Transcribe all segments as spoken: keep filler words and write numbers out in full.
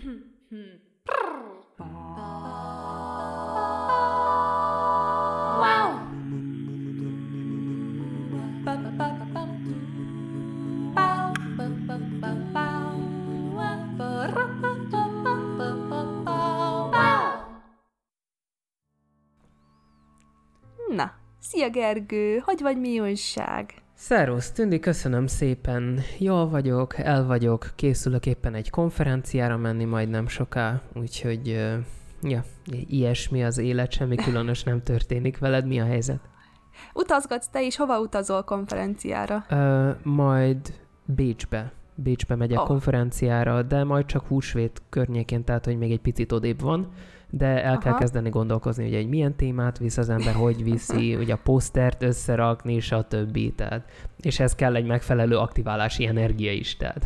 Na, szia Gergő, hogy vagy, mi újság? Szervusz, Tündi, köszönöm szépen. Jól vagyok, el vagyok, készülök éppen egy konferenciára menni majd nem soká, úgyhogy uh, ja, ilyesmi az élet, semmi különös nem történik veled. Mi a helyzet? Utazgatsz te is, hova utazol konferenciára? Uh, majd Bécsbe. Bécsbe megyek oh. konferenciára, de majd csak húsvét környékén, tehát hogy még egy picit odébb van, de el Aha. kell kezdeni gondolkozni, ugye, hogy milyen témát visz az ember, hogy viszi, ugye a posztert összerakni, stb. Tehát, és ez kell egy megfelelő aktiválási energia is, tehát.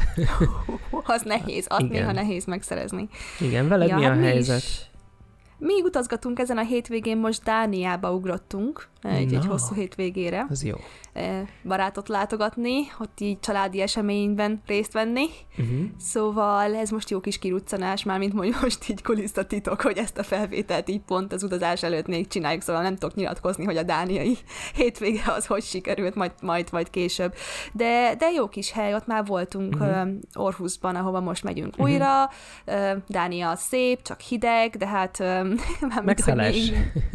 Az nehéz, azt Igen. néha nehéz megszerezni. Igen, veled ja, mi a hát helyzet? Mi utazgatunk ezen a hétvégén, most Dániába ugrottunk, egy, egy hosszú hétvégére. Az jó. Barátot látogatni, ott így családi eseményben részt venni. Uh-huh. Szóval ez most jó kis kiruccanás, már mint mondjuk most így kulisszatitok, hogy ezt a felvételt így pont az utazás előtt még csináljuk, szóval nem tudok nyilatkozni, hogy a dániai hétvége az hogy sikerült, majd, majd vagy később. De, de jó kis hely, ott már voltunk uh-huh. Orhusban, ahova most megyünk uh-huh. újra. Dánia szép, csak hideg, de hát... Megszeles.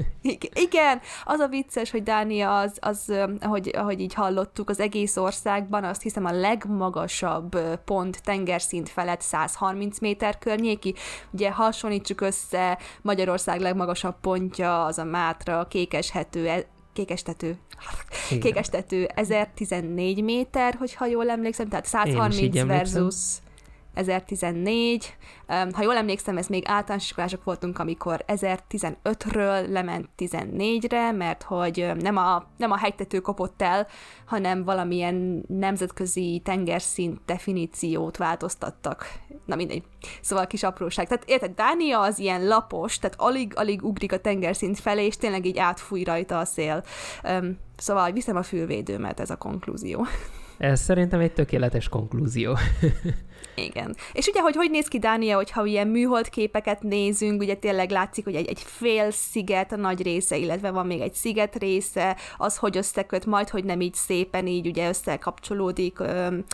Igen, az a vicces, hogy Dánia az, az ahogy, ahogy így hallottuk, az egész országban azt hiszem a legmagasabb pont tengerszint felett száz harminc méter környéki. Ugye hasonlítsuk össze, Magyarország legmagasabb pontja az a Mátra, Kékeshető, Kékestető, Kékestető ezertizennégy méter, hogyha jól emlékszem, tehát száz harminc versus ezertizennégy. Ha jól emlékszem, ez még általános iskolások voltunk, amikor ezertizenötről lement tizennégyre, mert hogy nem a, nem a hegytető kopott el, hanem valamilyen nemzetközi tengerszint definíciót változtattak. Na mindegy. Szóval kis apróság. Tehát érted, Dánia az ilyen lapos, tehát alig-alig ugrik a tengerszint felé, és tényleg így átfúj rajta a szél. Szóval viszem a fülvédőmet, ez a konklúzió. Ez szerintem egy tökéletes konklúzió. Igen. És ugye, hogy hogy néz ki Dánia, hogyha ilyen műhold képeket nézünk, ugye tényleg látszik, hogy egy, egy fél sziget a nagy része, illetve van még egy sziget része, az, hogy összeköt, majd, hogy nem így szépen így ugye összekapcsolódik öm,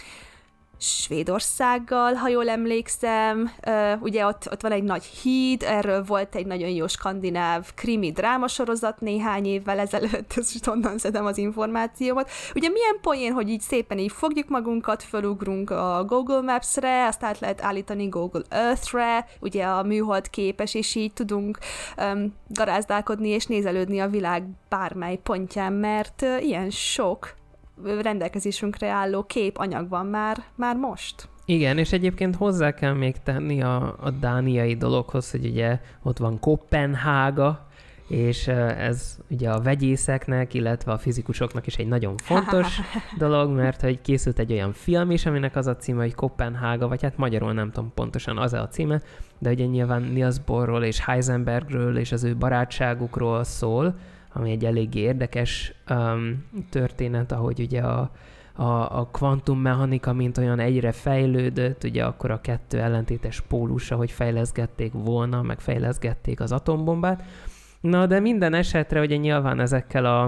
Svédországgal, ha jól emlékszem. Uh, ugye ott, ott van egy nagy híd, erről volt egy nagyon jó skandináv krimi drámasorozat néhány évvel ezelőtt, ezt most onnan szedem az információmat. Ugye milyen poén, hogy így szépen így fogjuk magunkat, felugrunk a Google Maps-re, azt át lehet állítani Google Earth-re, ugye a műhold képes, és így tudunk um, garázdálkodni és nézelődni a világ bármely pontján, mert uh, ilyen sok rendelkezésünkre álló képanyag van már, már most. Igen, és egyébként hozzá kell még tenni a, a dániai dologhoz, hogy ugye ott van Koppenhága, és ez ugye a vegyészeknek, illetve a fizikusoknak is egy nagyon fontos dolog, mert hogy készült egy olyan film is, aminek az a címe, hogy Koppenhága, vagy hát magyarul nem tudom pontosan az a címe, de ugye nyilván Niels Bohrról és Heisenbergről és az ő barátságukról szól, ami egy eléggé érdekes um, történet, ahogy ugye a, a, a kvantummechanika, mint olyan egyre fejlődött, ugye akkor a kettő ellentétes pólusa, hogy fejleszgették volna, meg fejleszgették az atombombát. Na, de minden esetre ugye nyilván ezekkel a,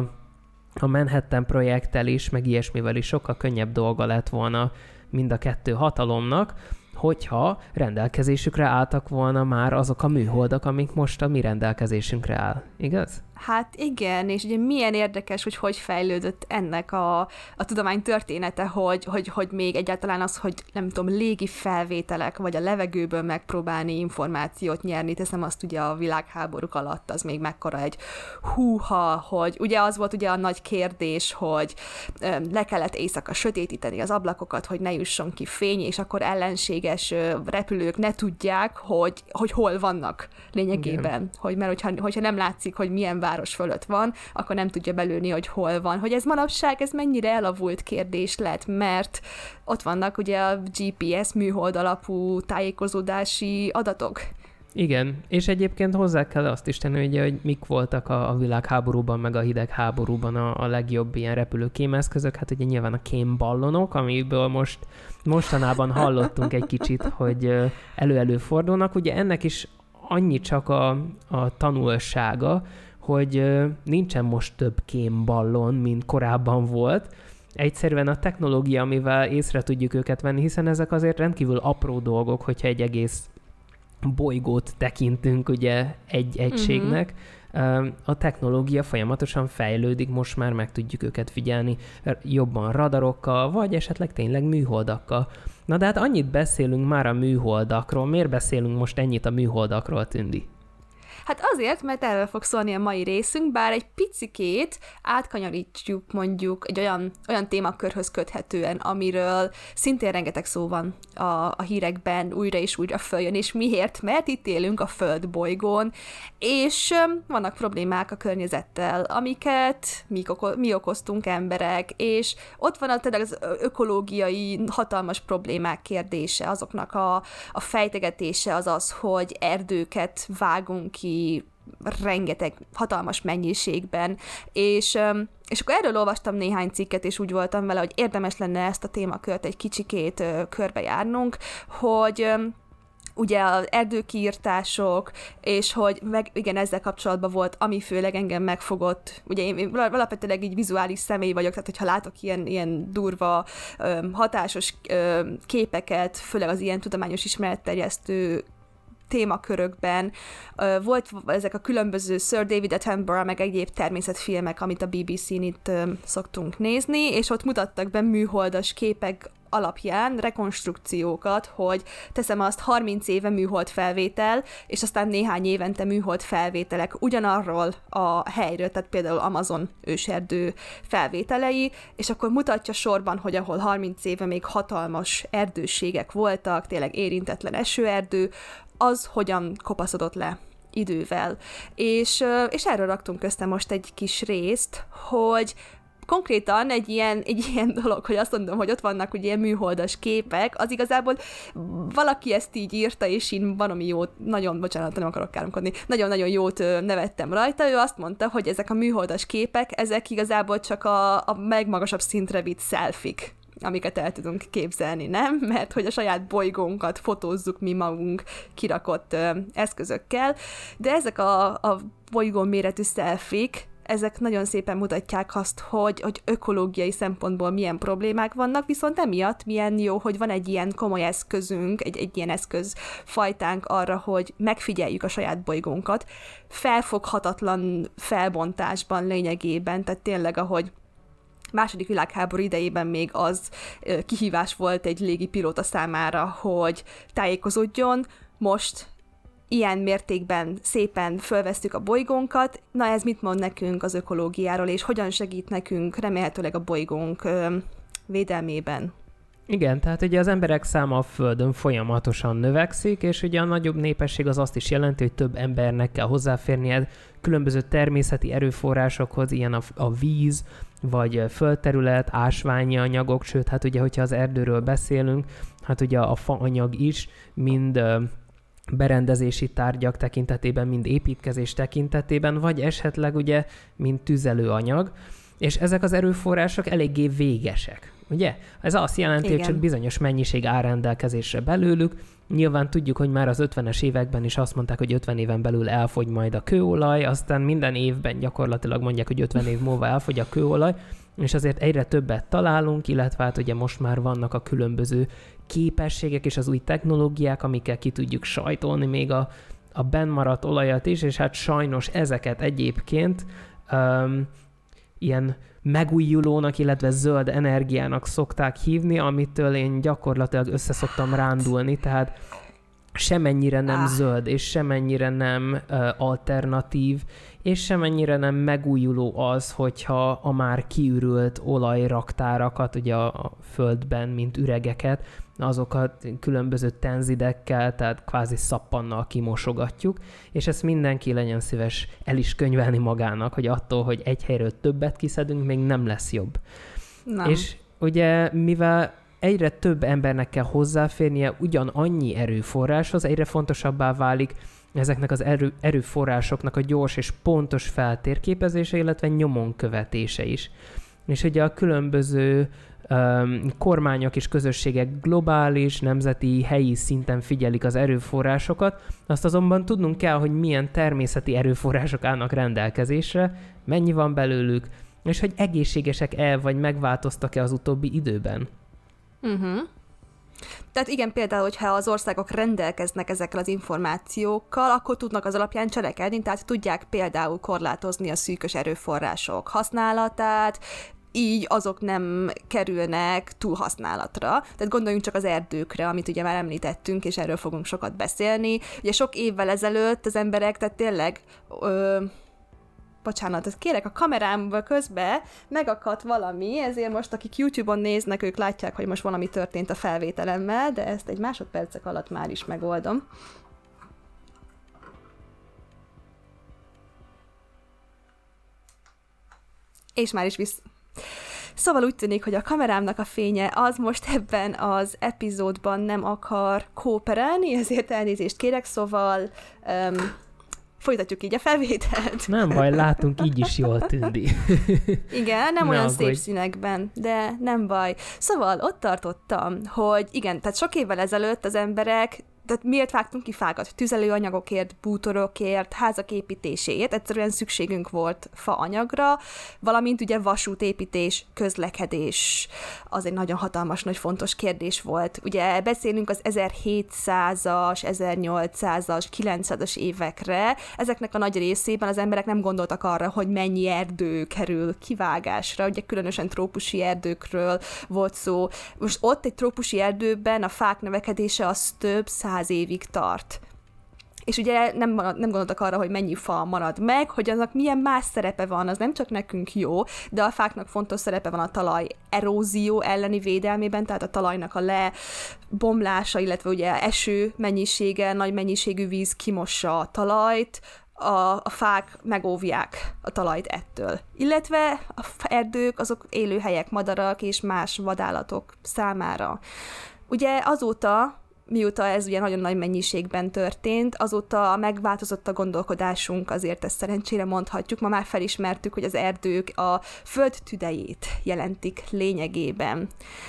a Manhattan projekttel is, meg ilyesmivel is sokkal könnyebb dolga lett volna mind a kettő hatalomnak, hogyha rendelkezésükre álltak volna már azok a műholdak, amik most a mi rendelkezésünkre áll. Igaz? Hát igen, és ugye milyen érdekes, hogy hogy fejlődött ennek a, a tudomány története, hogy, hogy, hogy még egyáltalán az, hogy nem tudom, légi felvételek, vagy a levegőből megpróbálni információt nyerni, teszem azt ugye a világháborúk alatt, az még mekkora egy húha, hogy ugye az volt ugye a nagy kérdés, hogy le kellett éjszaka sötétíteni az ablakokat, hogy ne jusson ki fény, és akkor ellenséges repülők ne tudják, hogy, hogy hol vannak lényegében. Igen. Hogy, mert hogyha, hogyha nem látszik, hogy milyen város fölött van, akkor nem tudja belőni, hogy hol van. Hogy ez manapság, ez mennyire elavult kérdés lett, mert ott vannak ugye a gé pé es műhold alapú tájékozódási adatok. Igen, és egyébként hozzá kell azt is tenni, ugye, hogy mik voltak a, a világháborúban, meg a hidegháborúban a, a legjobb ilyen repülőkémeszközök. Hát ugye nyilván a kémballonok, amiből most mostanában hallottunk egy kicsit, hogy elő-elő fordulnak. Ugye ennek is annyi csak a, a tanulsága, hogy nincsen most több kémballon, mint korábban volt. Egyszerűen a technológia, amivel észre tudjuk őket venni, hiszen ezek azért rendkívül apró dolgok, hogyha egy egész bolygót tekintünk ugye egy egységnek. Uh-huh. A technológia folyamatosan fejlődik, most már meg tudjuk őket figyelni jobban radarokkal, vagy esetleg tényleg műholdakkal. Na de hát annyit beszélünk már a műholdakról, miért beszélünk most ennyit a műholdakról, Tündi? Hát azért, mert erről fog szólni a mai részünk, bár egy picikét átkanyarítjuk mondjuk egy olyan, olyan témakörhöz köthetően, amiről szintén rengeteg szó van a, a hírekben, újra és újra följön, és miért? Mert itt élünk a Föld bolygón, és vannak problémák a környezettel, amiket mi, oko- mi okoztunk emberek, és ott van a, tényleg az ökológiai hatalmas problémák kérdése, azoknak a, a fejtegetése az az, hogy erdőket vágunk ki, rengeteg, hatalmas mennyiségben, és, és akkor erről olvastam néhány cikket, és úgy voltam vele, hogy érdemes lenne ezt a témakört egy kicsikét körbejárnunk, hogy ugye az erdőkiirtások, és hogy meg igen, ezzel kapcsolatban volt, ami főleg engem megfogott. Ugye én, én alapvetően így vizuális személy vagyok, tehát hogyha látok ilyen, ilyen durva, hatásos képeket, főleg az ilyen tudományos ismeretterjesztő témakörökben. Volt ezek a különböző Sir David Attenborough, meg egyéb természetfilmek, amit a bé bé cén itt szoktunk nézni, és ott mutattak be műholdas képek alapján rekonstrukciókat, hogy teszem azt harminc éve műhold felvétel, és aztán néhány évente műhold felvételek ugyanarról a helyről, tehát például Amazon őserdő felvételei, és akkor mutatja sorban, hogy ahol harminc éve még hatalmas erdőségek voltak, tényleg érintetlen esőerdő, az hogyan kopaszodott le idővel. És, és erről raktunk össze most egy kis részt, hogy konkrétan egy ilyen, egy ilyen dolog, hogy azt mondom, hogy ott vannak ugye ilyen műholdas képek, az igazából valaki ezt így írta, és én valami jót, nagyon, bocsánat, nem akarok káromkodni, nagyon-nagyon jót nevettem rajta, ő azt mondta, hogy ezek a műholdas képek, ezek igazából csak a, a legmagasabb szintre vitt selfie-k, amiket el tudunk képzelni, nem? Mert hogy a saját bolygónkat fotózzuk mi magunk kirakott ö, eszközökkel, de ezek a, a bolygón méretű selfie-k, ezek nagyon szépen mutatják azt, hogy, hogy ökológiai szempontból milyen problémák vannak, viszont emiatt milyen jó, hogy van egy ilyen komoly eszközünk, egy, egy ilyen eszközfajtánk arra, hogy megfigyeljük a saját bolygónkat, felfoghatatlan felbontásban lényegében, tehát tényleg, ahogy második világháború idejében még az kihívás volt egy légipilóta számára, hogy tájékozódjon, most ilyen mértékben szépen fölvesztük a bolygónkat. Na ez mit mond nekünk az ökológiáról, és hogyan segít nekünk remélhetőleg a bolygónk ö, védelmében? Igen, tehát ugye az emberek száma a Földön folyamatosan növekszik, és ugye a nagyobb népesség az azt is jelenti, hogy több embernek kell hozzáférnie különböző természeti erőforrásokhoz, ilyen a, a víz, vagy földterület, ásványi anyagok, sőt, hát ugye, hogyha az erdőről beszélünk, hát ugye a faanyag is mind berendezési tárgyak tekintetében, mind építkezés tekintetében, vagy esetleg ugye, mint tüzelőanyag, és ezek az erőforrások eléggé végesek, ugye? Ez azt jelenti, igen, hogy csak bizonyos mennyiség áll rendelkezésre belőlük. Nyilván tudjuk, hogy már az ötvenes években is azt mondták, hogy ötven éven belül elfogy majd a kőolaj, aztán minden évben gyakorlatilag mondják, hogy ötven év múlva elfogy a kőolaj, és azért egyre többet találunk, illetve hát ugye most már vannak a különböző képességek és az új technológiák, amikkel ki tudjuk sajtolni még a, a bennmaradt olajat is, és hát sajnos ezeket egyébként um, ilyen megújulónak, illetve zöld energiának szokták hívni, amitől én gyakorlatilag össze szoktam rándulni, tehát semennyire nem ah. zöld, és semennyire nem uh, alternatív, és semennyire nem megújuló az, hogyha a már kiürült olajraktárakat, ugye a, a földben, mint üregeket, azokat különböző tenzidekkel, tehát kvázi szappannal kimosogatjuk, és ezt mindenki legyen szíves el is könyvelni magának, hogy attól, hogy egy helyről többet kiszedünk, még nem lesz jobb. Nem. És ugye, mivel egyre több embernek kell hozzáférnie ugyanannyi erőforráshoz, egyre fontosabbá válik ezeknek az erő, erőforrásoknak a gyors és pontos feltérképezése, illetve nyomon követése is. És ugye a különböző um, kormányok és közösségek globális, nemzeti, helyi szinten figyelik az erőforrásokat, azt azonban tudnunk kell, hogy milyen természeti erőforrások állnak rendelkezésre, mennyi van belőlük, és hogy egészségesek-e, vagy megváltoztak-e az utóbbi időben. Uh-huh. Tehát igen, például, hogyha az országok rendelkeznek ezekkel az információkkal, akkor tudnak az alapján cselekedni, tehát tudják például korlátozni a szűkös erőforrások használatát, így azok nem kerülnek túlhasználatra. Tehát gondoljunk csak az erdőkre, amit ugye már említettünk, és erről fogunk sokat beszélni. Ugye sok évvel ezelőtt az emberek, tehát tényleg... Ö, bocsánat, kérek, a kamerámba közben megakadt valami, ezért most akik YouTube-on néznek, ők látják, hogy most valami történt a felvételemmel, de ezt egy másodpercek alatt már is megoldom. És már is visz... Szóval úgy tűnik, hogy a kamerámnak a fénye az most ebben az epizódban nem akar kooperálni, ezért elnézést kérek, szóval... Um, folytatjuk így a felvételt. Nem baj, látunk így is jól tűnni. Igen, nem ne olyan aggódj. szép színekben, de nem baj. Szóval ott tartottam, hogy igen, tehát sok évvel ezelőtt az emberek, tehát miért vágtunk ki fákat? Tüzelőanyagokért, bútorokért, házak építéséért, egyszerűen szükségünk volt faanyagra, valamint ugye vasútépítés, közlekedés, az egy nagyon hatalmas, nagy fontos kérdés volt. Ugye beszélünk az ezerhétszázas, ezernyolcszázas, kilencszázas évekre, ezeknek a nagy részében az emberek nem gondoltak arra, hogy mennyi erdő kerül kivágásra, ugye különösen trópusi erdőkről volt szó. Most ott egy trópusi erdőben a fák növekedése az több száz évig tart. És ugye nem, nem gondoltak arra, hogy mennyi fa marad meg, hogy annak milyen más szerepe van, az nem csak nekünk jó, de a fáknak fontos szerepe van a talaj erózió elleni védelmében, tehát a talajnak a lebomlása, illetve ugye eső mennyisége, nagy mennyiségű víz kimossa a talajt, a, a fák megóvják a talajt ettől. Illetve a erdők azok élőhelyek madarak és más vadállatok számára. Ugye azóta mióta ez ugye nagyon nagy mennyiségben történt, azóta megváltozott a gondolkodásunk, azért ezt szerencsére mondhatjuk. Ma már felismertük, hogy az erdők a föld tüdejét jelentik lényegében.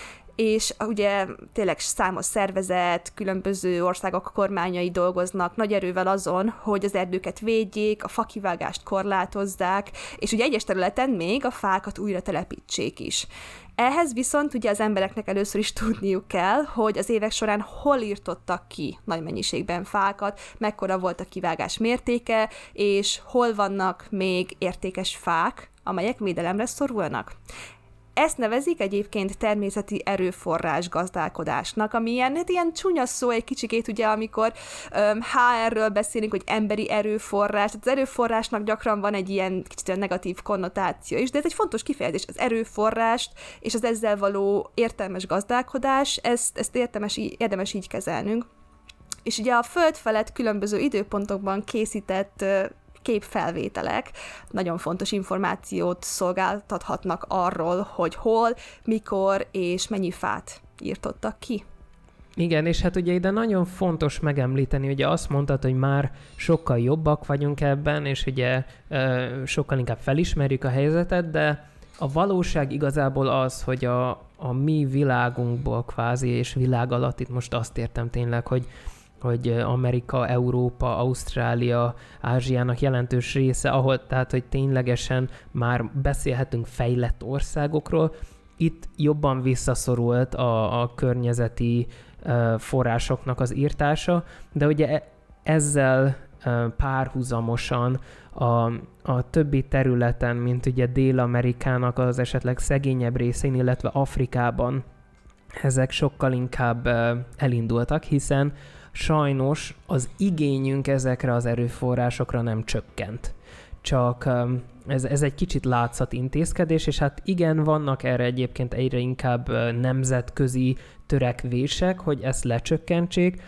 És ugye tényleg számos szervezet, különböző országok kormányai dolgoznak nagy erővel azon, hogy az erdőket védjék, a fakivágást korlátozzák, és ugye egyes területen még a fákat újra telepítsék is. Ehhez viszont ugye az embereknek először is tudniuk kell, hogy az évek során hol írtottak ki nagy mennyiségben fákat, mekkora volt a kivágás mértéke, és hol vannak még értékes fák, amelyek védelemre szorulnak. Ezt nevezik egyébként természeti erőforrás gazdálkodásnak, ami ilyen, hát ilyen csúnya szó egy kicsikét, ugye, amikor um, há erről beszélünk, hogy emberi erőforrás. Az erőforrásnak gyakran van egy ilyen kicsit olyan negatív konnotáció is, de ez egy fontos kifejezés. Az erőforrást és az ezzel való értelmes gazdálkodás, ezt, ezt érdemes, érdemes így kezelnünk. És ugye a föld felett különböző időpontokban készített képfelvételek nagyon fontos információt szolgáltathatnak arról, hogy hol, mikor és mennyi fát írtottak ki. Igen, és hát ugye ide nagyon fontos megemlíteni, ugye azt mondtad, hogy már sokkal jobbak vagyunk ebben, és ugye sokkal inkább felismerjük a helyzetet, de a valóság igazából az, hogy a, a mi világunkból kvázi, és világ alatt itt most azt értem tényleg, hogy hogy Amerika, Európa, Ausztrália, Ázsiának jelentős része, ahol tehát, hogy ténylegesen már beszélhetünk fejlett országokról, itt jobban visszaszorult a, a környezeti uh, forrásoknak az írtása, de ugye ezzel uh, párhuzamosan a, a többi területen, mint ugye Dél-Amerikának az esetleg szegényebb részén, illetve Afrikában, ezek sokkal inkább uh, elindultak, hiszen sajnos az igényünk ezekre az erőforrásokra nem csökkent. Csak ez, ez egy kicsit látszat intézkedés, és hát igen, vannak erre egyébként egyre inkább nemzetközi törekvések, hogy ezt lecsökkentsék,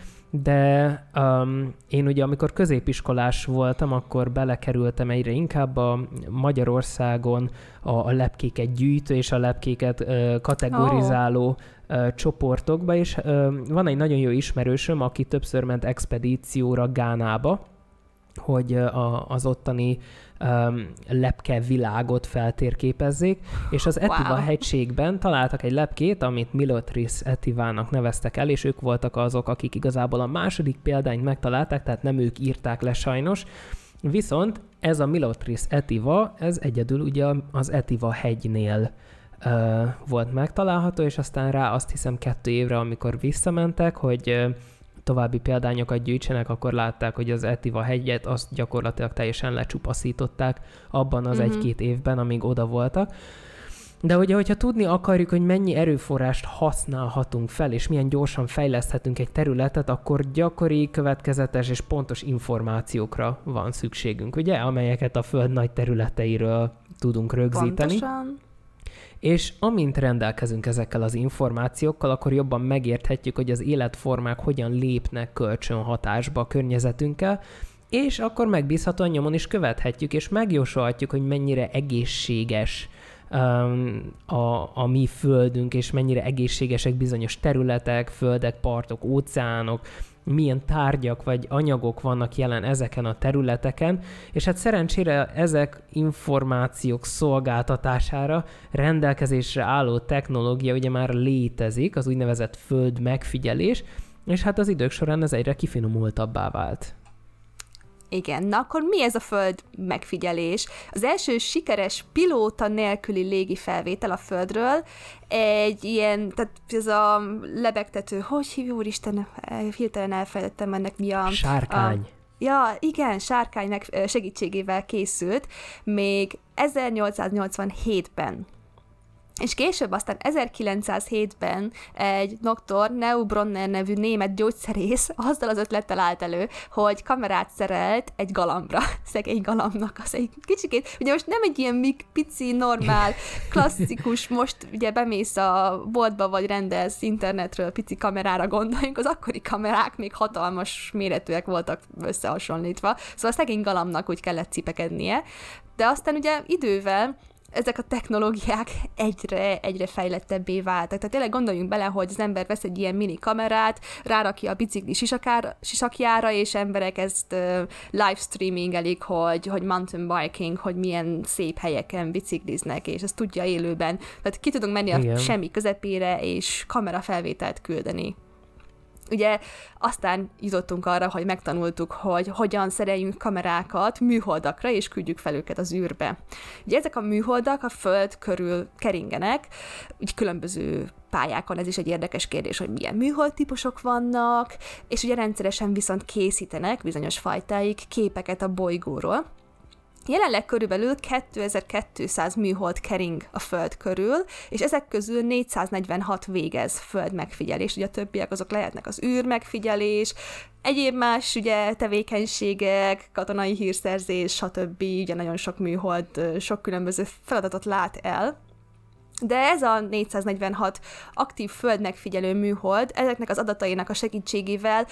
de um, én ugye amikor középiskolás voltam, akkor belekerültem egyre inkább a Magyarországon a, a lepkéket gyűjtő és a lepkéket uh, kategorizáló ö, csoportokba, és ö, van egy nagyon jó ismerősöm, aki többször ment expedícióra Gánába, hogy a, az ottani um, lepke világot feltérképezzék, és az Etiva Wow. hegységben találtak egy lepkét, amit Milotris Etivának neveztek el, és ők voltak azok, akik igazából a második példányt megtalálták, tehát nem ők írták le sajnos, viszont ez a Milotris Etiva, ez egyedül ugye az Etiva hegynél uh, volt megtalálható, és aztán rá azt hiszem kettő évre, amikor visszamentek, hogy uh, további példányokat gyűjtsenek, akkor látták, hogy az Etiva hegyet azt gyakorlatilag teljesen lecsupaszították abban az uh-huh. egy-két évben, amíg oda voltak. De ugye, hogyha tudni akarjuk, hogy mennyi erőforrást használhatunk fel, és milyen gyorsan fejleszthetünk egy területet, akkor gyakori, következetes és pontos információkra van szükségünk, ugye, amelyeket a Föld nagy területeiről tudunk rögzíteni. Pontosan. És amint rendelkezünk ezekkel az információkkal, akkor jobban megérthetjük, hogy az életformák hogyan lépnek kölcsönhatásba a környezetünkkel, és akkor megbízhatóan nyomon is követhetjük, és megjósolhatjuk, hogy mennyire egészséges um, a, a mi földünk, és mennyire egészségesek bizonyos területek, földek, partok, óceánok, milyen tárgyak vagy anyagok vannak jelen ezeken a területeken, és hát szerencsére ezek információk szolgáltatására rendelkezésre álló technológia ugye már létezik, az úgynevezett föld megfigyelés, és hát az idők során ez egyre kifinomultabbá vált. Igen, na akkor mi ez a Föld megfigyelés? Az első sikeres pilóta nélküli légi felvétel a Földről egy ilyen, tehát ez a lebegtető, hogy hívja, úristen, hirtelen elfelejtettem ennek mi a... Sárkány. A, ja, igen, sárkánynak segítségével készült, még ezernyolcszáznyolcvanhétben. És később aztán ezerkilencszázhétben egy doktor Neu Bronner nevű német gyógyszerész azzal az ötlettel állt elő, hogy kamerát szerelt egy galambra, szegény galambnak, az egy kicsikét, ugye most nem egy ilyen pici, normál, klasszikus, most ugye bemész a boltba, vagy rendelsz internetről pici kamerára gondoljunk, az akkori kamerák még hatalmas méretűek voltak összehasonlítva, szóval a szegény galambnak úgy kellett cipekednie, de aztán ugye idővel ezek a technológiák egyre, egyre fejlettebbé váltak. Tehát tényleg gondoljunk bele, hogy az ember vesz egy ilyen mini kamerát, rárakja a bicikli sisakára, sisakjára, és emberek ezt uh, livestreamingelik, hogy, hogy mountain biking, hogy milyen szép helyeken bicikliznek, és ezt tudja élőben. Tehát ki tudunk menni Igen. a semmi közepére, és kamerafelvételt küldeni. Ugye aztán jutottunk arra, hogy megtanultuk, hogy hogyan szereljünk kamerákat műholdakra, és küldjük fel őket az űrbe. Ugye ezek a műholdak a Föld körül keringenek, úgy különböző pályákon, ez is egy érdekes kérdés, hogy milyen műholdtípusok vannak, és ugye rendszeresen viszont készítenek bizonyos fajtáik képeket a bolygóról. Jelenleg körülbelül kétezer-kétszáz műhold kering a Föld körül, és ezek közül négyszáznegyvenhat végez föld megfigyelés. Ugye a többiek azok lehetnek az űr megfigyelés, egyéb más ugye, tevékenységek, katonai hírszerzés, stb. Ugye nagyon sok műhold, sok különböző feladatot lát el. De ez a négyszáznegyvenhat aktív földmegfigyelő műhold, ezeknek az adatainak a segítségével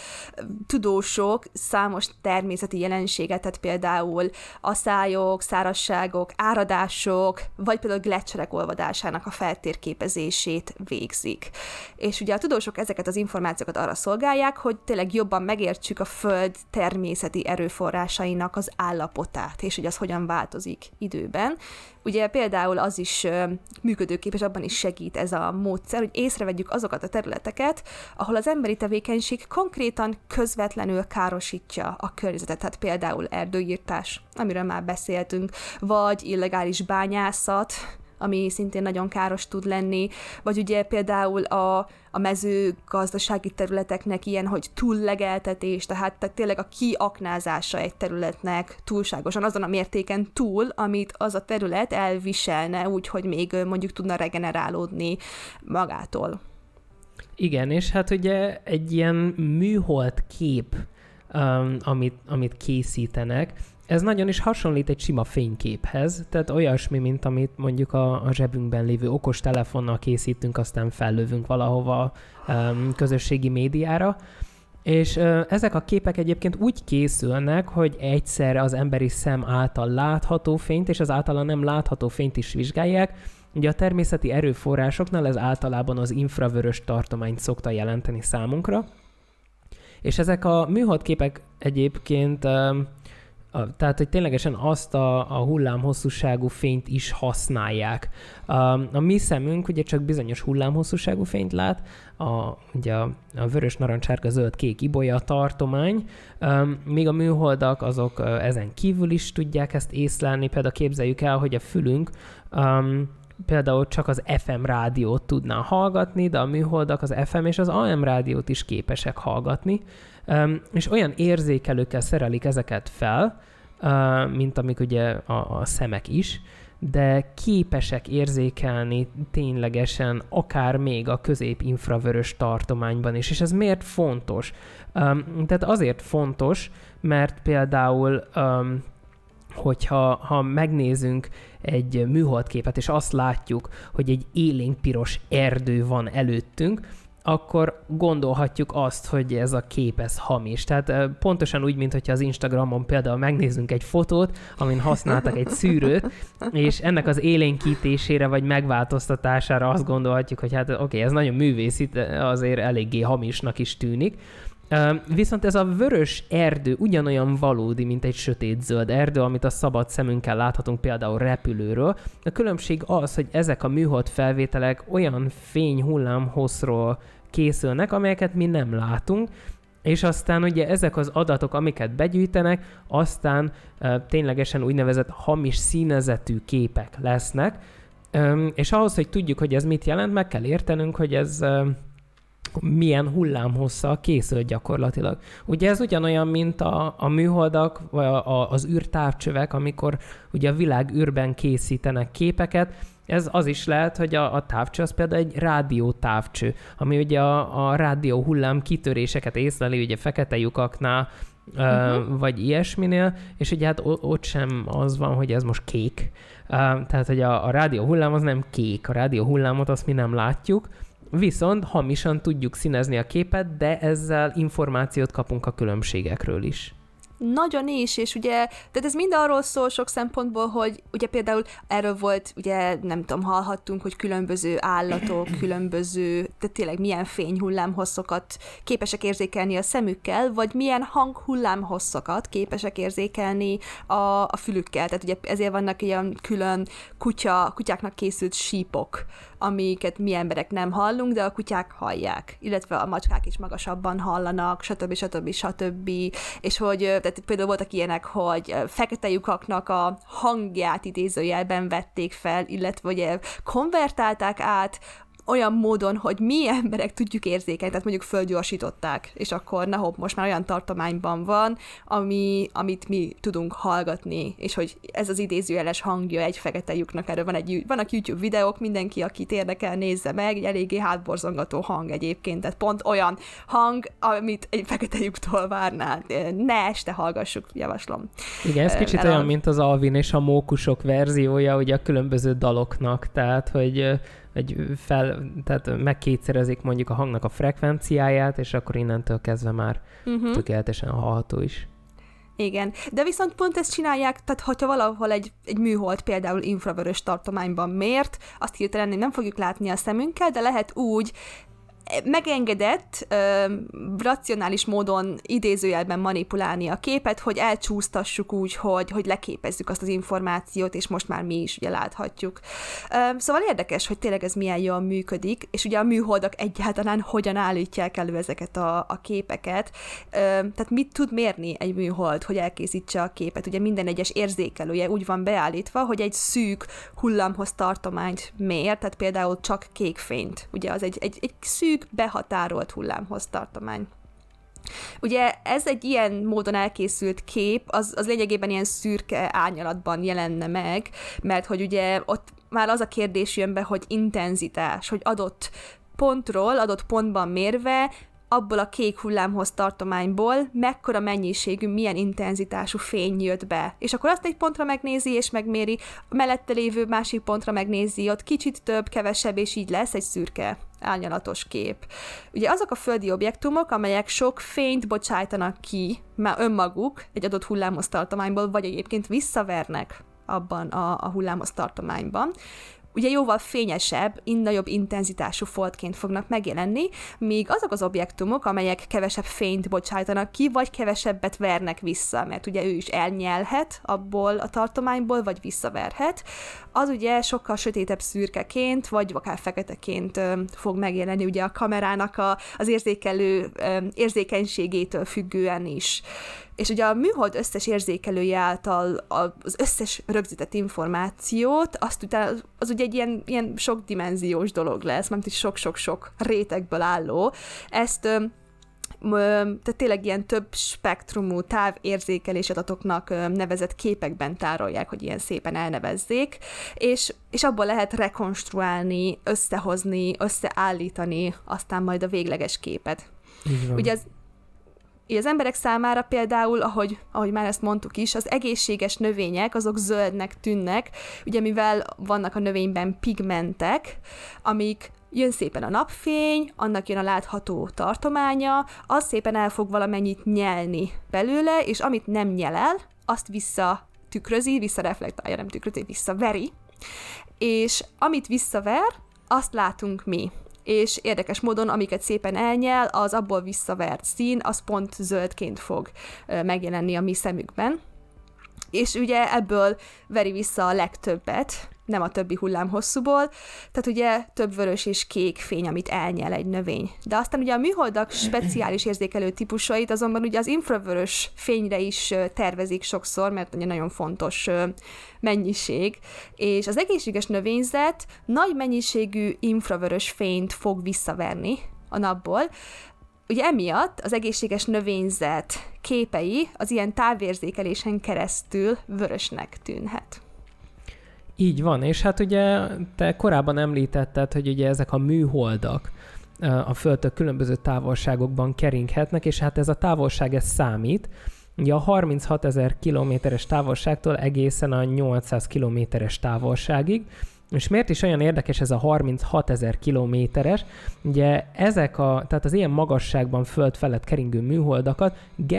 tudósok számos természeti jelenséget, tehát például aszályok, szárazságok, áradások, vagy például gleccserek olvadásának a feltérképezését végzik. És ugye a tudósok ezeket az információkat arra szolgálják, hogy tényleg jobban megértsük a Föld természeti erőforrásainak az állapotát, és hogy az hogyan változik időben. Ugye például az is működőképes, abban is segít ez a módszer, hogy észrevegyük azokat a területeket, ahol az emberi tevékenység konkrétan közvetlenül károsítja a környezetet, tehát például erdőírtás, amiről már beszéltünk, vagy illegális bányászat, ami szintén nagyon káros tud lenni, vagy ugye például a, a mezőgazdasági területeknek ilyen, hogy túllegeltetés, tehát, tehát tényleg a kiaknázása egy területnek túlságosan azon a mértéken túl, amit az a terület elviselne, úgyhogy még mondjuk tudna regenerálódni magától. Igen, és hát ugye egy ilyen műhold kép, um, amit, amit készítenek, ez nagyon is hasonlít egy sima fényképhez, tehát olyasmi, mint amit mondjuk a, a zsebünkben lévő okos telefonnal készítünk, aztán fellövünk valahova um, közösségi médiára, és uh, ezek a képek egyébként úgy készülnek, hogy egyszerre az emberi szem által látható fényt és az általa nem látható fényt is vizsgálják, Ugye a természeti erőforrásoknál ez általában az infravörös tartományt szokta jelenteni számunkra, és ezek a műholdképek egyébként, a, tehát hogy ténylegesen azt a, a hullámhosszúságú fényt is használják. A, a mi szemünk ugye csak bizonyos hullámhosszúságú fényt lát, a, ugye a, a vörös, narancsárga, zöld, kék ibolya tartomány, um, míg a műholdak azok uh, ezen kívül is tudják ezt észlelni. Például képzeljük el, hogy a fülünk um, például csak az ef em rádiót tudná hallgatni, de a műholdak az ef em és az á em rádiót is képesek hallgatni, um, és olyan érzékelőkkel szerelik ezeket fel, uh, mint amik ugye a, a szemek is, de képesek érzékelni ténylegesen akár még a közép-infravörös tartományban is. És ez miért fontos? Um, tehát azért fontos, mert például um, hogyha ha megnézünk egy műholdképet, és azt látjuk, hogy egy élénk piros erdő van előttünk, akkor gondolhatjuk azt, hogy ez a kép ez hamis. Tehát pontosan úgy, mint hogyha az Instagramon például megnézzünk egy fotót, amin használtak egy szűrőt, és ennek az élénkítésére vagy megváltoztatására azt gondolhatjuk, hogy hát oké, okay, ez nagyon művészi, azért eléggé hamisnak is tűnik. Viszont ez a vörös erdő ugyanolyan valódi, mint egy sötétzöld erdő, amit a szabad szemünkkel láthatunk például repülőről. A különbség az, hogy ezek a műhold felvételek olyan fényhullámhosszról készülnek, amelyeket mi nem látunk, és aztán ugye ezek az adatok, amiket begyűjtenek, aztán e, ténylegesen úgynevezett hamis színezetű képek lesznek, e, és ahhoz, hogy tudjuk, hogy ez mit jelent, meg kell értenünk, hogy ez... E, milyen hullámhosszal készül gyakorlatilag. Ugye ez ugyanolyan, mint a, a műholdak, vagy a, a, az űrtávcsövek, amikor ugye a világ űrben készítenek képeket. Ez az is lehet, hogy a, a távcső az például egy rádiótávcső, ami ugye a, a rádió hullám kitöréseket észleli, ugye fekete lyukaknál, uh-huh. uh, vagy ilyesminél, és ugye hát ott sem az van, hogy ez most kék. Uh, tehát, hogy a, a rádió hullám az nem kék, a rádió hullámot azt mi nem látjuk, viszont hamisan tudjuk színezni a képet, de ezzel információt kapunk a különbségekről is. Nagyon is, és ugye, tehát ez mind arról szól sok szempontból, hogy ugye például erről volt, ugye nem tudom, hallhattunk, hogy különböző állatok, különböző, tehát tényleg milyen fényhullámhosszokat képesek érzékelni a szemükkel, vagy milyen hanghullámhosszokat képesek érzékelni a, a fülükkel. Tehát ugye ezért vannak ilyen külön kutya, kutyáknak készült sípok, amiket mi emberek nem hallunk, de a kutyák hallják, illetve a macskák is magasabban hallanak, stb. stb. stb. És hogy tehát például voltak ilyenek, hogy fekete lyukaknak a hangját idézőjelben vették fel, illetve ugye konvertálták át olyan módon, hogy mi emberek tudjuk érzékelni, tehát mondjuk fölgyorsították, és akkor na hopp, most már olyan tartományban van, ami, amit mi tudunk hallgatni, és hogy ez az idézőjeles hangja egy fekete lyuknak, erről van egy, vannak YouTube videók, mindenki, akit érdekel, nézze meg, egy eléggé hátborzongató hang egyébként, tehát pont olyan hang, amit egy fekete lyuktól várnál. Ne este hallgassuk, javaslom. Igen, ez kicsit olyan, a... mint az Alvin és a mókusok verziója, ugye a különböző daloknak, tehát, hogy egy fel, tehát megkétszerezik mondjuk a hangnak a frekvenciáját, és akkor innentől kezdve már uh-huh. tökéletesen hallható is. Igen, de viszont pont ezt csinálják, tehát hogyha valahol egy, egy műhold például infravörös tartományban mért, azt hirtelen nem fogjuk látni a szemünkkel, de lehet úgy megengedett, ö, racionális módon idézőjelben manipulálni a képet, hogy elcsúsztassuk úgy, hogy, hogy leképezzük azt az információt, és most már mi is ugye láthatjuk. Ö, szóval érdekes, hogy tényleg ez milyen jól működik, és ugye a műholdak egyáltalán hogyan állítják elő ezeket a, a képeket. Ö, tehát mit tud mérni egy műhold, hogy elkészítse a képet? Ugye minden egyes érzékelője úgy van beállítva, hogy egy szűk hullámhoz tartományt mér, tehát például csak kék fényt. Ugye az egy, egy, egy szűk behatárolt hullámhoz tartomány. Ugye ez egy ilyen módon elkészült kép, az, az lényegében ilyen szürke árnyalatban jelenne meg, mert hogy ugye ott már az a kérdés jön be, hogy intenzitás, hogy adott pontról, adott pontban mérve, abból a kék hullámhoz tartományból mekkora mennyiségű, milyen intenzitású fény jött be. És akkor azt egy pontra megnézi, és megméri, a mellette lévő másik pontra megnézi, ott kicsit több, kevesebb, és így lesz egy szürke árnyalatos kép. Ugye azok a földi objektumok, amelyek sok fényt bocsájtanak ki, már önmaguk egy adott hullámhoz tartományból, vagy egyébként visszavernek abban a, a hullámhoz tartományban, ugye jóval fényesebb, nagyobb intenzitású foltként fognak megjelenni, míg azok az objektumok, amelyek kevesebb fényt bocsájtanak ki, vagy kevesebbet vernek vissza, mert ugye ő is elnyelhet abból a tartományból, vagy visszaverhet, az ugye sokkal sötétebb szürkeként, vagy akár feketeként ö, fog megjelenni ugye a kamerának a, az érzékelő ö, érzékenységétől függően is. És ugye a műhold összes érzékelője által az összes rögzített információt, azt utána, az ugye egy ilyen, ilyen sokdimenziós dolog lesz, mert is sok-sok-sok rétegből álló. Ezt ö, tehát tényleg ilyen több spektrumú távérzékelés adatoknak nevezett képekben tárolják, hogy ilyen szépen elnevezzék, és, és abból lehet rekonstruálni, összehozni, összeállítani aztán majd a végleges képet. Ugye az Így az emberek számára például, ahogy, ahogy már ezt mondtuk is, az egészséges növények, azok zöldnek tűnnek, ugye mivel vannak a növényben pigmentek, amik jön szépen a napfény, annak jön a látható tartománya, az szépen el fog valamennyit nyelni belőle, és amit nem nyel el, azt visszatükrözi, visszareflektálja, nem tükrözi, visszaveri, és amit visszaver, azt látunk mi. És érdekes módon, amiket szépen elnyel, az abból visszavert szín, az pont zöldként fog megjelenni a mi szemükben. És ugye ebből veri vissza a legtöbbet, nem a többi hullámhosszúból, tehát ugye több vörös és kék fény, amit elnyel egy növény. De aztán ugye a műholdak speciális érzékelő típusait azonban ugye az infravörös fényre is tervezik sokszor, mert ugye nagyon fontos mennyiség, és az egészséges növényzet nagy mennyiségű infravörös fényt fog visszaverni a napból. Ugye emiatt az egészséges növényzet képei az ilyen távérzékelésen keresztül vörösnek tűnhet. Így van, és hát ugye te korábban említetted, hogy ugye ezek a műholdak a Földtől különböző távolságokban keringhetnek, és hát ez a távolság ez számít. Ugye a harminchatozer kilométeres távolságtól egészen a nyolcszáz kilométeres távolságig. És miért is olyan érdekes ez a harminchatozer kilométeres? Ugye ezek a, tehát az ilyen magasságban Föld felett keringő műholdakat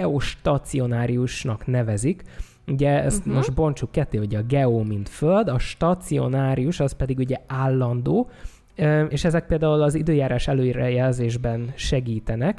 geostacionáriusnak nevezik. Ugye ezt uh-huh. most bontsuk ketté, hogy a geo, mint Föld, a stacionárius, az pedig ugye állandó, és ezek például az időjárás előrejelzésben segítenek.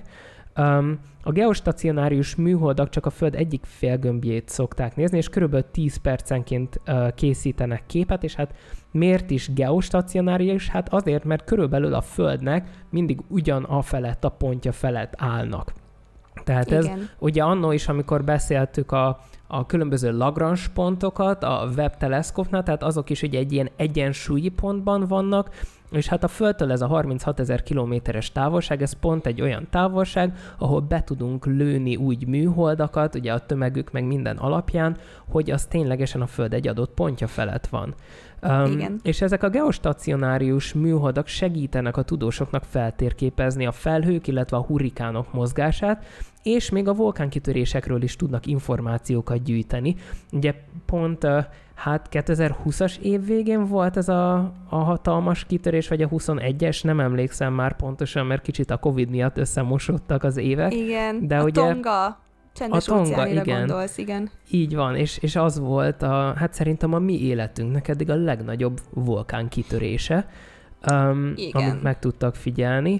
A geostacionárius műholdak csak a Föld egyik félgömbjét szokták nézni, és körülbelül tíz percenként készítenek képet, és hát miért is geostacionárius? Hát azért, mert körülbelül a Földnek mindig ugyan a felett, a pontja felett állnak. Tehát igen. Ez ugye annó is, amikor beszéltük a, a különböző Lagrange pontokat a Webb teleszkópnál, tehát azok is ugye egy ilyen egyensúlyi pontban vannak, és hát a Földtől ez a harminchatozer kilométeres távolság, ez pont egy olyan távolság, ahol be tudunk lőni úgy műholdakat, ugye a tömegük meg minden alapján, hogy az ténylegesen a Föld egy adott pontja felett van. Um, Igen. És ezek a geostacionárius műholdak segítenek a tudósoknak feltérképezni a felhők, illetve a hurrikánok mozgását, és még a vulkánkitörésekről is tudnak információkat gyűjteni. Ugye pont uh, hát kétezer-húszas év végén volt ez a, a hatalmas kitörés, vagy a huszonegyes, nem emlékszem már pontosan, mert kicsit a Covid miatt összemosodtak az évek. Igen, de a ugye, Tonga. Csendes óceánira gondolsz, igen. Így van, és, és az volt, a, hát szerintem a mi életünknek eddig a legnagyobb vulkán kitörése, um, amit meg tudtak figyelni.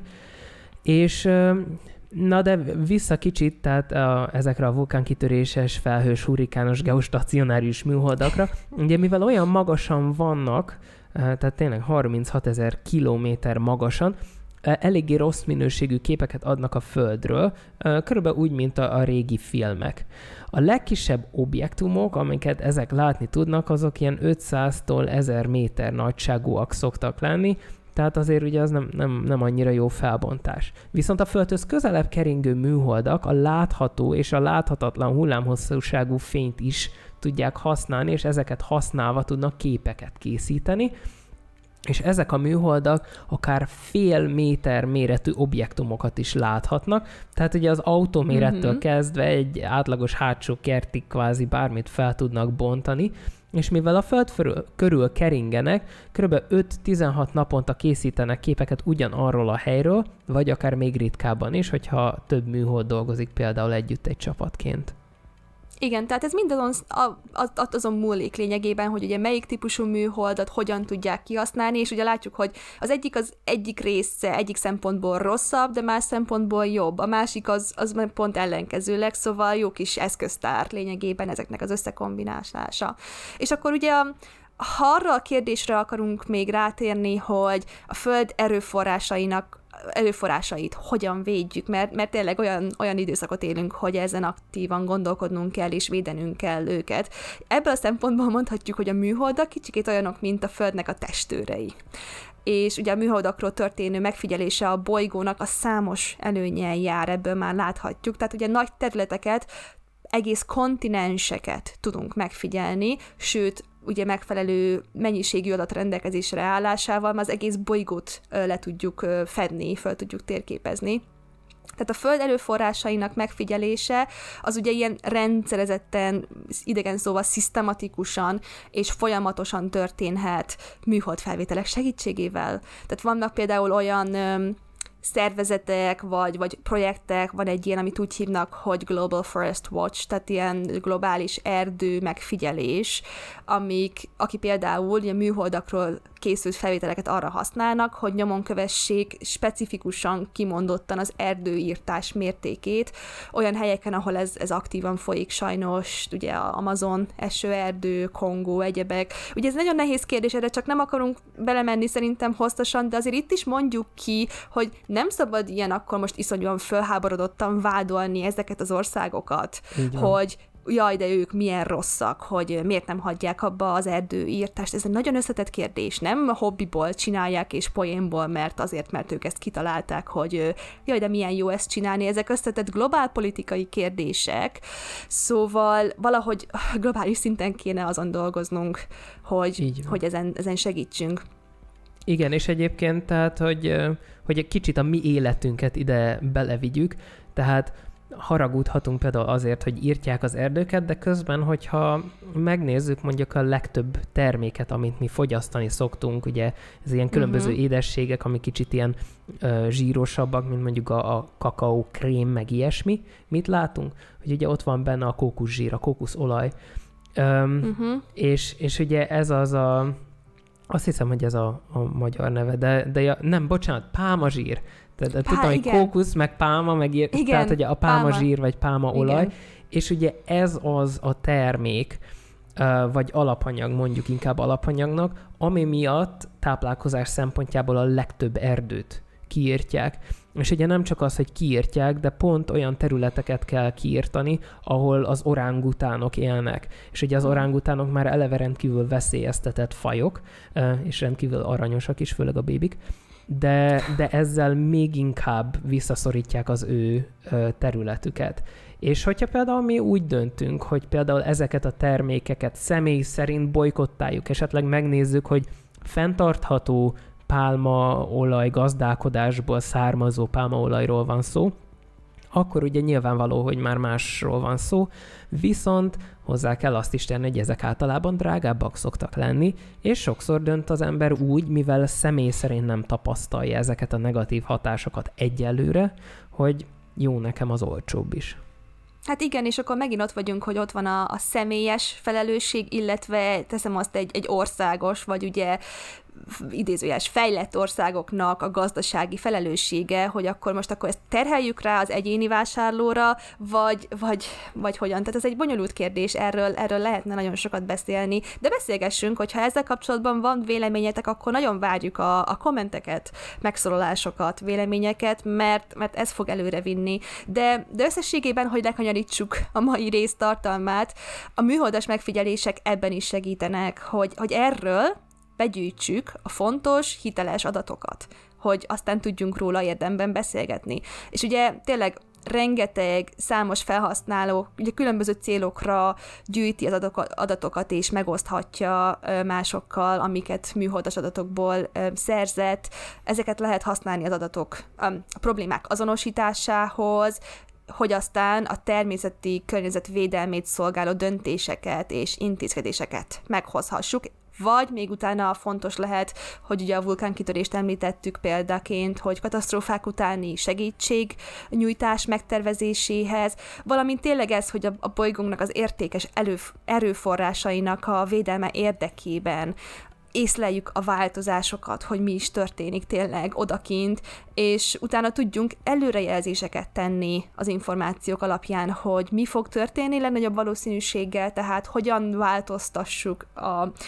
És um, na de vissza kicsit, tehát a, ezekre a vulkánkitöréses, felhős, hurrikános, geostacionárius műholdakra, ugye mivel olyan magasan vannak, tehát tényleg harminchatozer kilométer magasan, eléggé rossz minőségű képeket adnak a Földről, körülbelül úgy, mint a, a régi filmek. A legkisebb objektumok, amiket ezek látni tudnak, azok ilyen ötszáztól ezer méter nagyságúak szoktak lenni, tehát azért ugye az nem, nem, nem annyira jó felbontás. Viszont a Földhöz közelebb keringő műholdak a látható és a láthatatlan hullámhosszúságú fényt is tudják használni, és ezeket használva tudnak képeket készíteni, és ezek a műholdak akár fél méter méretű objektumokat is láthatnak, tehát ugye az autómérettől mm-hmm. kezdve egy átlagos hátsó kertig kvázi bármit fel tudnak bontani, és mivel a Föld körül keringenek, kb. öt-tizenhat naponta készítenek képeket ugyanarról a helyről, vagy akár még ritkábban is, hogyha több műhold dolgozik például együtt egy csapatként. Igen, tehát ez mind azon, az, azon múlik lényegében, hogy ugye melyik típusú műholdat hogyan tudják kihasználni, és ugye látjuk, hogy az egyik az egyik része egyik szempontból rosszabb, de más szempontból jobb. A másik az, az pont ellenkezőleg, szóval jó kis eszköztár lényegében ezeknek az összekombinálása. És akkor ugye a ha arra a kérdésre akarunk még rátérni, hogy a Föld erőforrásainak erőforrásait hogyan védjük, mert, mert tényleg olyan, olyan időszakot élünk, hogy ezen aktívan gondolkodnunk kell, és védenünk kell őket. Ebből a szempontból mondhatjuk, hogy a műholdak kicsikét olyanok, mint a Földnek a testőrei. És ugye a műholdakról történő megfigyelése a bolygónak a számos előnnyel jár, ebből már láthatjuk. Tehát ugye nagy területeket, egész kontinenseket tudunk megfigyelni, sőt, ugye megfelelő mennyiségű adat rendelkezésre állásával az egész bolygót le tudjuk fedni, föl tudjuk térképezni. Tehát a Föld erőforrásainak megfigyelése az ugye ilyen rendszerezetten, idegen szóval szisztematikusan és folyamatosan történhet műholdfelvételek segítségével. Tehát vannak például olyan szervezetek, vagy, vagy projektek, van egy ilyen, amit úgy hívnak, hogy Global Forest Watch, tehát ilyen globális erdő megfigyelés, amik, aki például ilyen műholdakról készült felvételeket arra használnak, hogy nyomon kövessék specifikusan, kimondottan az erdőírtás mértékét, olyan helyeken, ahol ez, ez aktívan folyik sajnos, ugye a Amazon esőerdő, Kongó, egyebek. Ugye ez nagyon nehéz kérdés, erre csak nem akarunk belemenni szerintem hosszasan, de azért itt is mondjuk ki, hogy nem szabad ilyen akkor most iszonyúan fölháborodottan vádolni ezeket az országokat, hogy jaj, de ők milyen rosszak, hogy miért nem hagyják abba az erdőírtást. Ez egy nagyon összetett kérdés, nem hobbiból csinálják és poénból, mert azért, mert ők ezt kitalálták, hogy jaj, de milyen jó ezt csinálni. Ezek összetett globálpolitikai kérdések, szóval valahogy globális szinten kéne azon dolgoznunk, hogy, hogy ezen, ezen segítsünk. Igen, és egyébként tehát, hogy, hogy egy kicsit a mi életünket ide belevigyük, tehát haragudhatunk például azért, hogy írtják az erdőket, de közben, hogyha megnézzük mondjuk a legtöbb terméket, amit mi fogyasztani szoktunk, ugye ez ilyen különböző uh-huh. édességek, ami kicsit ilyen ö, zsírosabbak, mint mondjuk a, a kakaó, krém, meg ilyesmi, mit látunk? Hogy ugye ott van benne a kókuszsír, a kókuszolaj, Öm, uh-huh. és, és ugye ez az a azt hiszem, hogy ez a, a magyar neve, de, de ja, nem, bocsánat, pálmazsír. Tehát Pá, tudom, hogy kókusz, meg pálma, meg ír, igen, tehát ugye a pálmazsír, vagy pálmaolaj, igen. És ugye ez az a termék, vagy alapanyag, mondjuk inkább alapanyagnak, ami miatt táplálkozás szempontjából a legtöbb erdőt kiírtják. És ugye nem csak az, hogy kiírtják, de pont olyan területeket kell kiírtani, ahol az orángutánok élnek. És ugye az orángutánok már eleve rendkívül veszélyeztetett fajok, és rendkívül aranyosak is, főleg a bébik, de, de ezzel még inkább visszaszorítják az ő területüket. És hogyha például mi úgy döntünk, hogy például ezeket a termékeket személy szerint bojkottáljuk, esetleg megnézzük, hogy fenntartható pálmaolaj gazdálkodásból származó pálmaolajról van szó, akkor ugye nyilvánvaló, hogy már másról van szó, viszont hozzá kell azt is tenni, hogy ezek általában drágábbak szoktak lenni, és sokszor dönt az ember úgy, mivel személy szerint nem tapasztalja ezeket a negatív hatásokat egyelőre, hogy jó, nekem az olcsóbb is. Hát igen, és akkor megint ott vagyunk, hogy ott van a, a személyes felelősség, illetve teszem azt egy, egy országos, vagy ugye idézőjeles fejlett országoknak a gazdasági felelőssége, hogy akkor most akkor ezt terheljük rá az egyéni vásárlóra, vagy, vagy, vagy hogyan. Tehát ez egy bonyolult kérdés, erről, erről lehetne nagyon sokat beszélni, de beszélgessünk, hogyha ezzel kapcsolatban van véleményetek, akkor nagyon várjuk a, a kommenteket, megszólalásokat, véleményeket, mert, mert ez fog előre vinni. De, de összességében, hogy lekanyarítsuk a mai rész tartalmát, a műholdas megfigyelések ebben is segítenek, hogy, hogy erről begyűjtsük a fontos, hiteles adatokat, hogy aztán tudjunk róla érdemben beszélgetni. És ugye tényleg rengeteg számos felhasználó ugye különböző célokra gyűjti az adatokat és megoszthatja másokkal, amiket műholdas adatokból szerzett. Ezeket lehet használni az adatok a problémák azonosításához, hogy aztán a természeti környezet védelmét szolgáló döntéseket és intézkedéseket meghozhassuk, vagy még utána fontos lehet, hogy ugye a vulkánkitörést említettük példaként, hogy katasztrófák utáni segítségnyújtás megtervezéséhez, valamint tényleg ez, hogy a, a bolygónknak az értékes elő, erőforrásainak a védelme érdekében észleljük a változásokat, hogy mi is történik tényleg odakint, és utána tudjunk előrejelzéseket tenni az információk alapján, hogy mi fog történni legnagyobb valószínűséggel, tehát hogyan változtassuk a,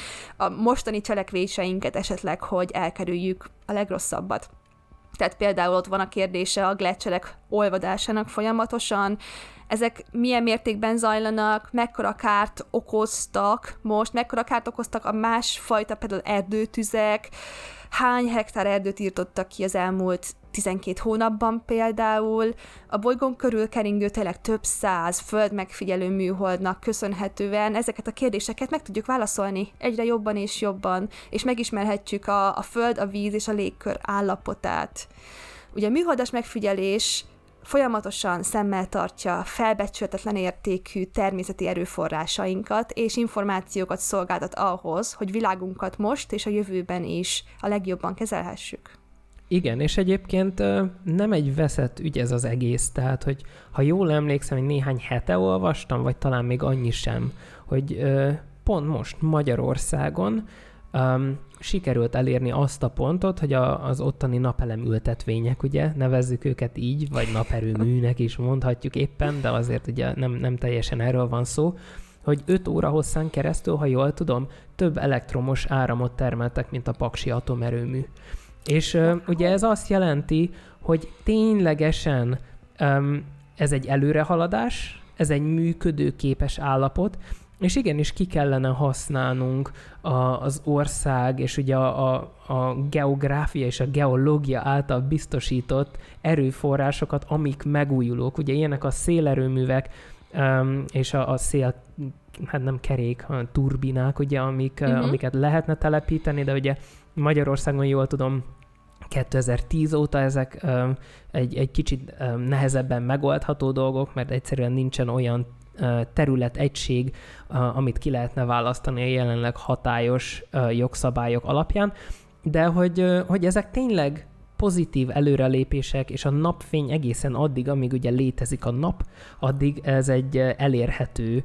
a mostani cselekvéseinket esetleg, hogy elkerüljük a legrosszabbat. Tehát például ott van a kérdése a gleccserek olvadásának folyamatosan, ezek milyen mértékben zajlanak, mekkora kárt okoztak most, mekkora kárt okoztak a másfajta, például erdőtüzek, hány hektár erdőt írtottak ki az elmúlt tizenkét hónapban például. A bolygón körül keringő tényleg több száz földmegfigyelő műholdnak köszönhetően ezeket a kérdéseket meg tudjuk válaszolni egyre jobban és jobban, és megismerhetjük a, a föld, a víz és a légkör állapotát. Ugye a műholdas megfigyelés folyamatosan szemmel tartja felbecsülhetetlen értékű természeti erőforrásainkat, és információkat szolgáltat ahhoz, hogy világunkat most és a jövőben is a legjobban kezelhessük. Igen, és egyébként nem egy veszett ügy ez az egész, tehát, hogy ha jól emlékszem, hogy néhány hete olvastam, vagy talán még annyi sem, hogy pont most Magyarországon um, sikerült elérni azt a pontot, hogy a, az ottani napelem ültetvények, ugye, nevezzük őket így, vagy naperőműnek is mondhatjuk éppen, de azért ugye nem, nem teljesen erről van szó, hogy öt óra hosszán keresztül, ha jól tudom, több elektromos áramot termeltek, mint a paksi atomerőmű. És uh, ugye ez azt jelenti, hogy ténylegesen um, ez egy előrehaladás, ez egy működőképes állapot, és igenis ki kellene használnunk a, az ország és ugye a, a, a geográfia és a geológia által biztosított erőforrásokat, amik megújulók. Ugye ilyenek a szélerőművek um, és a, a szél, hát nem kerék, hanem turbinák, ugye, amik, uh-huh. amiket lehetne telepíteni, de ugye Magyarországon jól tudom, kétezer-tíz óta ezek um, egy, egy kicsit um, nehezebben megoldható dolgok, mert egyszerűen nincsen olyan uh, területegység, uh, amit ki lehetne választani a jelenleg hatályos uh, jogszabályok alapján, de hogy, uh, hogy ezek tényleg pozitív előrelépések, és a napfény egészen addig, amíg ugye létezik a nap, addig ez egy uh, elérhető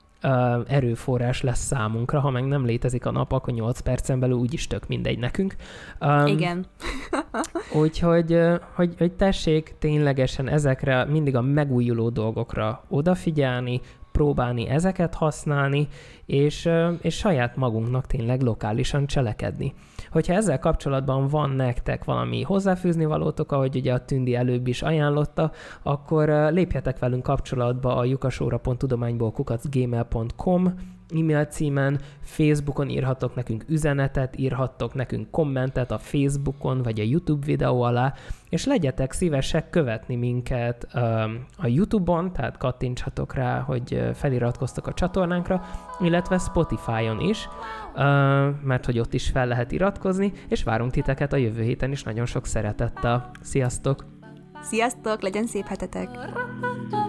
Uh, erőforrás lesz számunkra, ha meg nem létezik a nap, akkor nyolc percen belül úgyis tök mindegy nekünk. Um, Igen. Úgyhogy uh, hogy, hogy tessék ténylegesen ezekre mindig a megújuló dolgokra odafigyelni, próbálni ezeket használni, és, uh, és saját magunknak tényleg lokálisan cselekedni. Hogyha ezzel kapcsolatban van nektek valami hozzáfűzni valótok, ahogy ugye a Tündi előbb is ajánlotta, akkor uh, lépjetek velünk kapcsolatba a lyukasóra pont tudományból kukac gmail pont com e-mail címen, Facebookon írhattok nekünk üzenetet, írhattok nekünk kommentet a Facebookon vagy a YouTube videó alá, és legyetek szívesek követni minket um, a YouTube-on, tehát kattintsatok rá, hogy feliratkoztok a csatornánkra, illetve Spotify-on is, uh, mert hogy ott is fel lehet iratkozni, és várunk titeket a jövő héten is nagyon sok szeretettel. Sziasztok! Sziasztok, legyen szép hetetek!